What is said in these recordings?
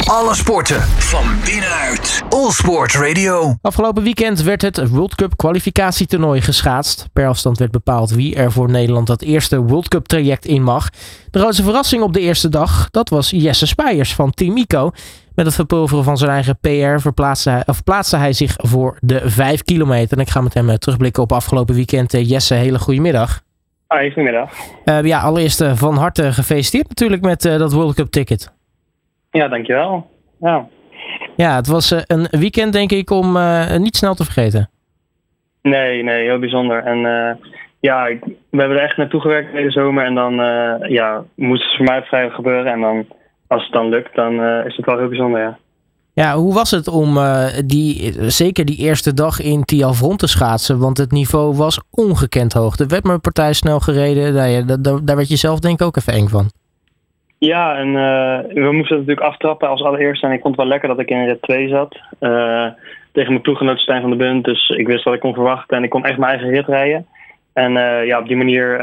Alle sporten van binnenuit. All Sport Radio. Afgelopen weekend werd het World Cup kwalificatietoernooi geschaatst. Per afstand werd bepaald wie er voor Nederland dat eerste World Cup traject in mag. De grootste verrassing op de eerste dag, dat was Jesse Spijers van Team ICO. Met het verpulveren van zijn eigen PR plaatste hij zich voor de 5 kilometer. En ik ga met hem terugblikken op afgelopen weekend. Jesse, hele goedemiddag. Hoi, goedemiddag. Allereerst van harte gefeliciteerd natuurlijk met dat World Cup ticket. Ja, dankjewel. Ja, het was een weekend denk ik om niet snel te vergeten. Nee, heel bijzonder. En we hebben er echt naartoe gewerkt de hele zomer. En dan moest het voor mij op vrijdag gebeuren. En dan, als het dan lukt, dan is het wel heel bijzonder, ja. Ja, hoe was het om zeker die eerste dag in Tialf te schaatsen? Want het niveau was ongekend hoog. Er werd maar een partij snel gereden. Daar werd je zelf denk ik ook even eng van. Ja, en we moesten natuurlijk aftrappen als allereerste. En ik vond het wel lekker dat ik in rit 2 zat. Tegen mijn ploeggenoot Stijn van der Bunt. Dus ik wist wat ik kon verwachten. En ik kon echt mijn eigen rit rijden. En op die manier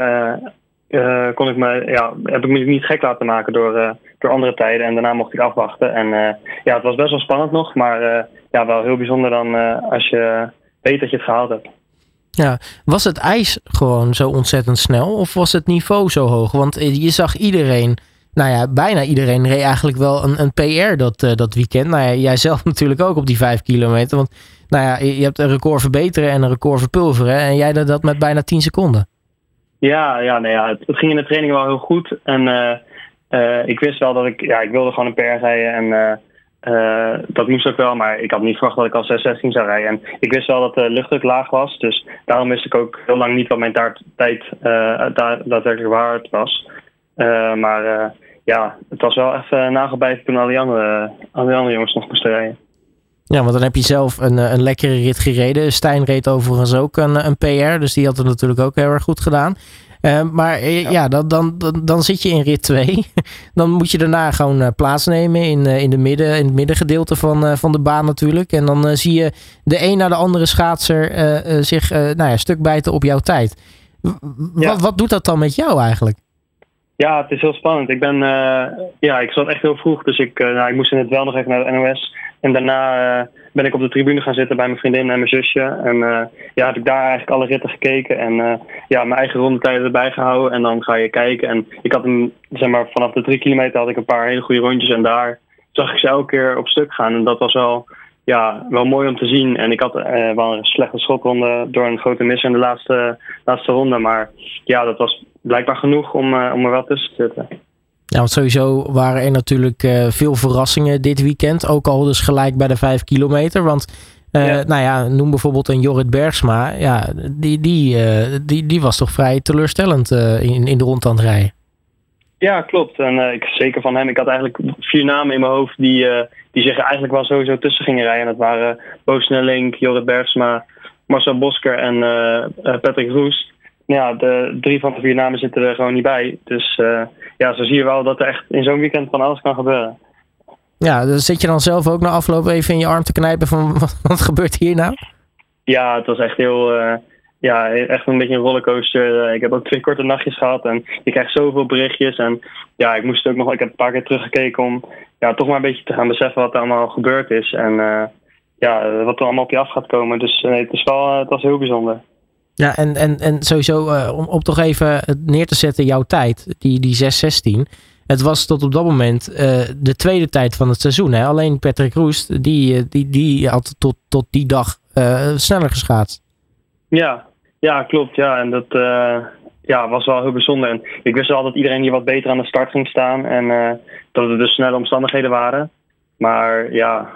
heb ik me niet gek laten maken door andere tijden. En daarna mocht ik afwachten. En het was best wel spannend nog. Maar wel heel bijzonder dan als je weet dat je het gehaald hebt. Ja, was het ijs gewoon zo ontzettend snel? Of was het niveau zo hoog? Want je zag iedereen... bijna iedereen reed eigenlijk wel een PR dat weekend. Jij zelf natuurlijk ook op die 5 kilometer. Want je hebt een record verbeteren en een record verpulveren. En jij deed dat met bijna 10 seconden. Het ging in de training wel heel goed. En ik wist wel dat ik wilde gewoon een PR rijden. En dat moest ook wel. Maar ik had niet verwacht dat ik al 6:16 zou rijden. En ik wist wel dat de luchtdruk laag was. Dus daarom wist ik ook heel lang niet wat mijn tijd daadwerkelijk waard was. Het was wel even nagelbijten toen al die andere jongens nog moesten rijden. Ja, want dan heb je zelf een lekkere rit gereden. Stijn reed overigens ook een PR, dus die had het natuurlijk ook heel erg goed gedaan. Dan zit je in rit 2. Dan moet je daarna gewoon plaatsnemen in het middengedeelte van de baan natuurlijk. En dan zie je de een na de andere schaatser zich stuk bijten op jouw tijd. Wat doet dat dan met jou eigenlijk? Ja, het is heel spannend. Ik zat echt heel vroeg, dus ik moest in het wel nog even naar de NOS. En daarna ben ik op de tribune gaan zitten bij mijn vriendin en mijn zusje. En heb ik daar eigenlijk alle ritten gekeken. En mijn eigen rondetijden erbij gehouden. En dan ga je kijken. En ik had vanaf de 3 kilometer had ik een paar hele goede rondjes. En daar zag ik ze elke keer op stuk gaan. En dat was wel mooi om te zien. En ik had wel een slechte schotronde door een grote mis in de laatste ronde. Maar dat was blijkbaar genoeg om er wel tussen te zitten. Ja, want sowieso waren er natuurlijk veel verrassingen dit weekend. Ook al dus gelijk bij de 5 kilometer. Want noem bijvoorbeeld een Jorrit Bergsma. Ja, die was toch vrij teleurstellend in de rond aan het rijden. Ja, klopt. En zeker van hem. Ik had eigenlijk 4 namen in mijn hoofd die zich eigenlijk wel sowieso tussen gingen rijden. En dat waren Bo Snellink, Jorrit Bergsma, Marcel Bosker en Patrick Roest. Ja, de 3 van de 4 namen zitten er gewoon niet bij. Dus zo zie je wel dat er echt in zo'n weekend van alles kan gebeuren. Ja, dan zit je dan zelf ook na afloop even in je arm te knijpen van wat gebeurt hier nou? Ja, het was echt echt een beetje een rollercoaster. Ik heb ook 2 korte nachtjes gehad en je krijgt zoveel berichtjes. En ik moest ook nog, ik heb een paar keer teruggekeken om toch maar een beetje te gaan beseffen wat er allemaal gebeurd is. En wat er allemaal op je af gaat komen. Dus het was heel bijzonder. Ja, en sowieso om toch even neer te zetten jouw tijd, die 6:16. Het was tot op dat moment de tweede tijd van het seizoen. Hè? Alleen Patrick Roest, die had tot die dag sneller geschaatst. Ja, klopt. Ja, en dat was wel heel bijzonder. En ik wist wel dat iedereen hier wat beter aan de start ging staan. En dat het dus snelle omstandigheden waren. Maar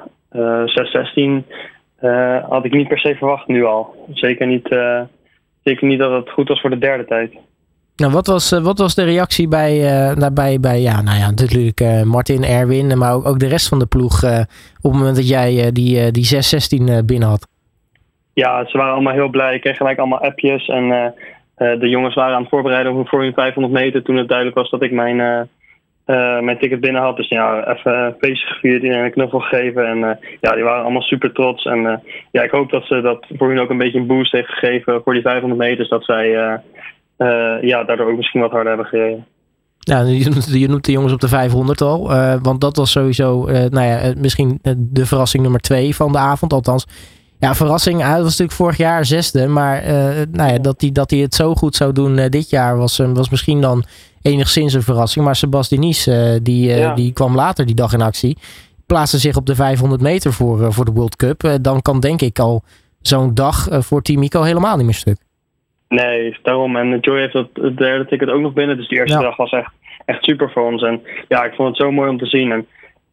6:16 had ik niet per se verwacht nu al. Zeker niet dat het goed was voor de derde tijd. Nou, wat was de reactie bij natuurlijk Martin, Erwin, maar ook de rest van de ploeg op het moment dat jij die 6:16 binnen had? Ja, ze waren allemaal heel blij. Ik kreeg gelijk allemaal appjes en de jongens waren aan het voorbereiden voor hun 500 meter toen het duidelijk was dat ik mijn ticket binnen had. Dus even een feestje gevierd en een knuffel gegeven. En die waren allemaal super trots. En ik hoop dat ze dat voor hun ook een beetje een boost heeft gegeven voor die 500 meters. Dat zij daardoor ook misschien wat harder hebben gereden. Ja, je noemt de jongens op de 500 al. Want dat was sowieso misschien de verrassing nummer 2 van de avond. Althans, ja, verrassing. Hij was natuurlijk vorig jaar 6e. Maar dat hij het zo goed zou doen dit jaar was misschien dan enigszins een verrassing. Maar Sebas Diniz, die kwam later die dag in actie. Plaatste zich op de 500 meter voor de World Cup. Dan kan denk ik al zo'n dag voor Team Ico helemaal niet meer stuk. Nee, daarom. En Joy heeft het derde ticket ook nog binnen. Dus die eerste dag was echt super voor ons. En ja, ik vond het zo mooi om te zien. En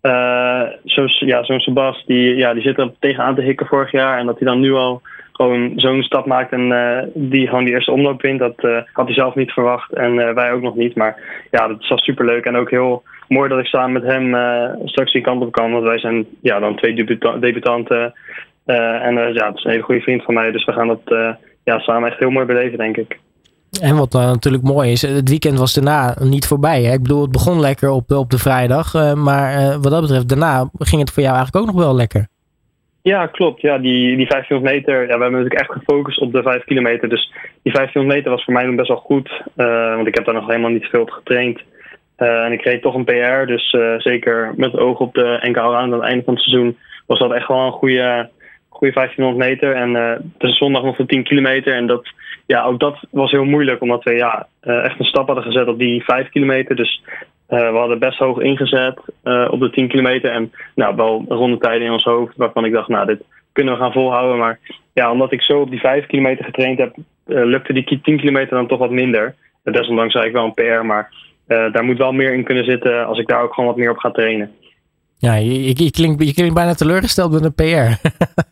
zo'n Sebas, die zit er tegenaan te hikken vorig jaar. En dat hij dan nu al gewoon zo'n stap maakt en die gewoon die eerste omloop wint. Dat had hij zelf niet verwacht. En wij ook nog niet. Maar ja, dat was super leuk. En ook heel mooi dat ik samen met hem straks die kant op kan. Want wij zijn dan 2 debutanten. Het is een hele goede vriend van mij. Dus we gaan dat samen echt heel mooi beleven, denk ik. En wat natuurlijk mooi is, het weekend was daarna niet voorbij. Hè? Ik bedoel, het begon lekker op de vrijdag. Maar wat dat betreft, daarna ging het voor jou eigenlijk ook nog wel lekker. Ja, klopt. Ja, die 1500 meter. Ja, we hebben natuurlijk echt gefocust op de 5 kilometer. Dus die 1500 meter was voor mij nog best wel goed. Want ik heb daar nog helemaal niet veel op getraind. En ik reed toch een PR. Dus zeker met het oog op de NK Allround aan het einde van het seizoen was dat echt wel een goede 1500 meter. En de zondag nog de 10 kilometer. En ook dat was heel moeilijk. Omdat we echt een stap hadden gezet op die 5 kilometer. Dus we hadden best hoog ingezet op de 10 kilometer. En wel rondetijden in ons hoofd. Waarvan ik dacht, dit kunnen we gaan volhouden. Maar ja, omdat ik zo op die 5 kilometer getraind heb, lukte die 10 kilometer dan toch wat minder. Desondanks zei ik wel een PR. Maar daar moet wel meer in kunnen zitten als ik daar ook gewoon wat meer op ga trainen. Ja, je klinkt bijna teleurgesteld met een PR.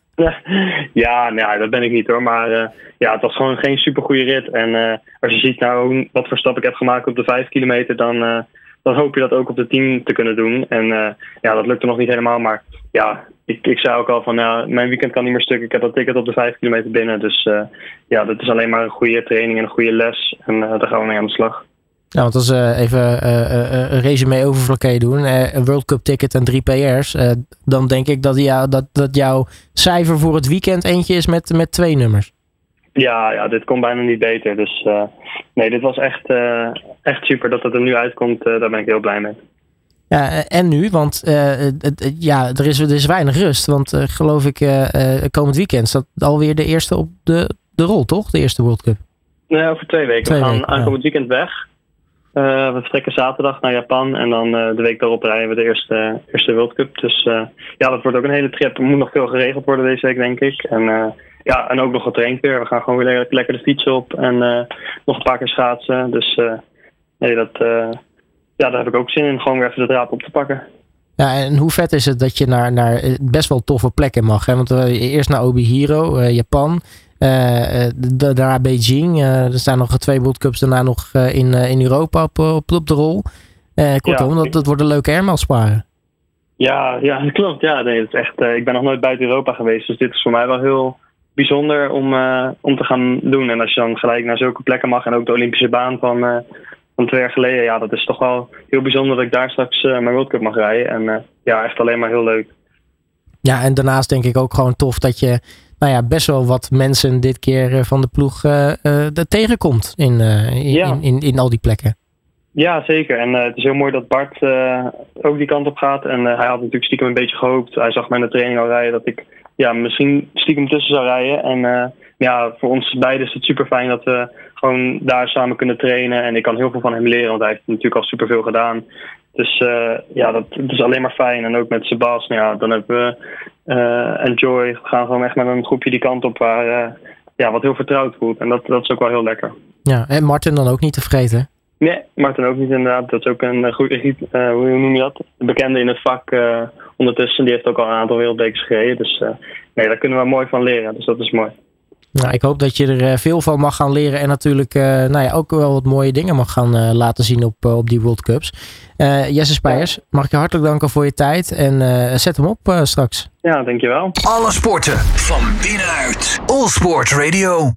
Ja, dat ben ik niet hoor. Maar het was gewoon geen supergoeie rit. En als je ziet wat voor stap ik heb gemaakt op de 5 kilometer, dan hoop je dat ook op de 10 te kunnen doen. En dat lukte nog niet helemaal. Maar ja, ik zei ook al van mijn weekend kan niet meer stuk. Ik heb dat ticket op de 5 kilometer binnen. Dus dat is alleen maar een goede training en een goede les. En daar gaan we mee aan de slag. Ja, want als even een resume overvlakkee doen. Een World Cup ticket en 3 PR's. Dan denk ik dat jouw cijfer voor het weekend eentje is met 2 nummers. Ja, dit kon bijna niet beter. Dus dit was echt super dat het er nu uitkomt. Daar ben ik heel blij mee. Ja, en nu? Want er is weinig rust. Want geloof ik komend weekend staat alweer de eerste op de rol, toch? De eerste World Cup. Nee, over 2 weken. We gaan aankomend weekend weg. We vertrekken zaterdag naar Japan en dan de week daarop rijden we de eerste World Cup. Dus dat wordt ook een hele trip. Er moet nog veel geregeld worden deze week, denk ik. En ook nog getraind weer. We gaan gewoon weer lekker de fiets op en nog een paar keer schaatsen. Dus daar heb ik ook zin in, gewoon weer even de draad op te pakken. Ja, en hoe vet is het dat je naar best wel toffe plekken mag? Hè? Want eerst naar Obihiro, Japan. Daarna Beijing. Er staan nog 2 World Cups daarna nog in Europa op de rol. Kortom, dat wordt een leuke airmailsparen. Ja, dat klopt. Ja, nee, dat is echt, ik ben nog nooit buiten Europa geweest. Dus dit is voor mij wel heel bijzonder om te gaan doen. En als je dan gelijk naar zulke plekken mag. En ook de Olympische baan van 2 jaar geleden. Ja, dat is toch wel heel bijzonder dat ik daar straks mijn World Cup mag rijden. En echt alleen maar heel leuk. Ja, en daarnaast denk ik ook gewoon tof dat je best wel wat mensen dit keer van de ploeg tegenkomt in al die plekken. Ja, zeker. En het is heel mooi dat Bart ook die kant op gaat. En hij had natuurlijk stiekem een beetje gehoopt. Hij zag mij in de training al rijden dat ik misschien stiekem tussen zou rijden. En voor ons beiden is het super fijn dat we gewoon daar samen kunnen trainen. En ik kan heel veel van hem leren, want hij heeft natuurlijk al superveel gedaan. Dus dat is alleen maar fijn. En ook met Sebas, dan hebben we en Joy. We gaan gewoon echt met een groepje die kant op waar wat heel vertrouwd voelt. En dat is ook wel heel lekker. Ja, en Martin dan ook niet te vergeten? Nee, Martin ook niet inderdaad. Dat is ook een goede, hoe noem je dat? Een bekende in het vak ondertussen. Die heeft ook al een aantal wereldbekers gereden. Dus daar kunnen we mooi van leren. Dus dat is mooi. Nou, ik hoop dat je er veel van mag gaan leren. En natuurlijk ook wel wat mooie dingen mag gaan laten zien op die World Cups. Jesse Spijers, mag ik je hartelijk danken voor je tijd. En zet hem op straks. Ja, dankjewel. Alle sporten van binnenuit. All Sport Radio.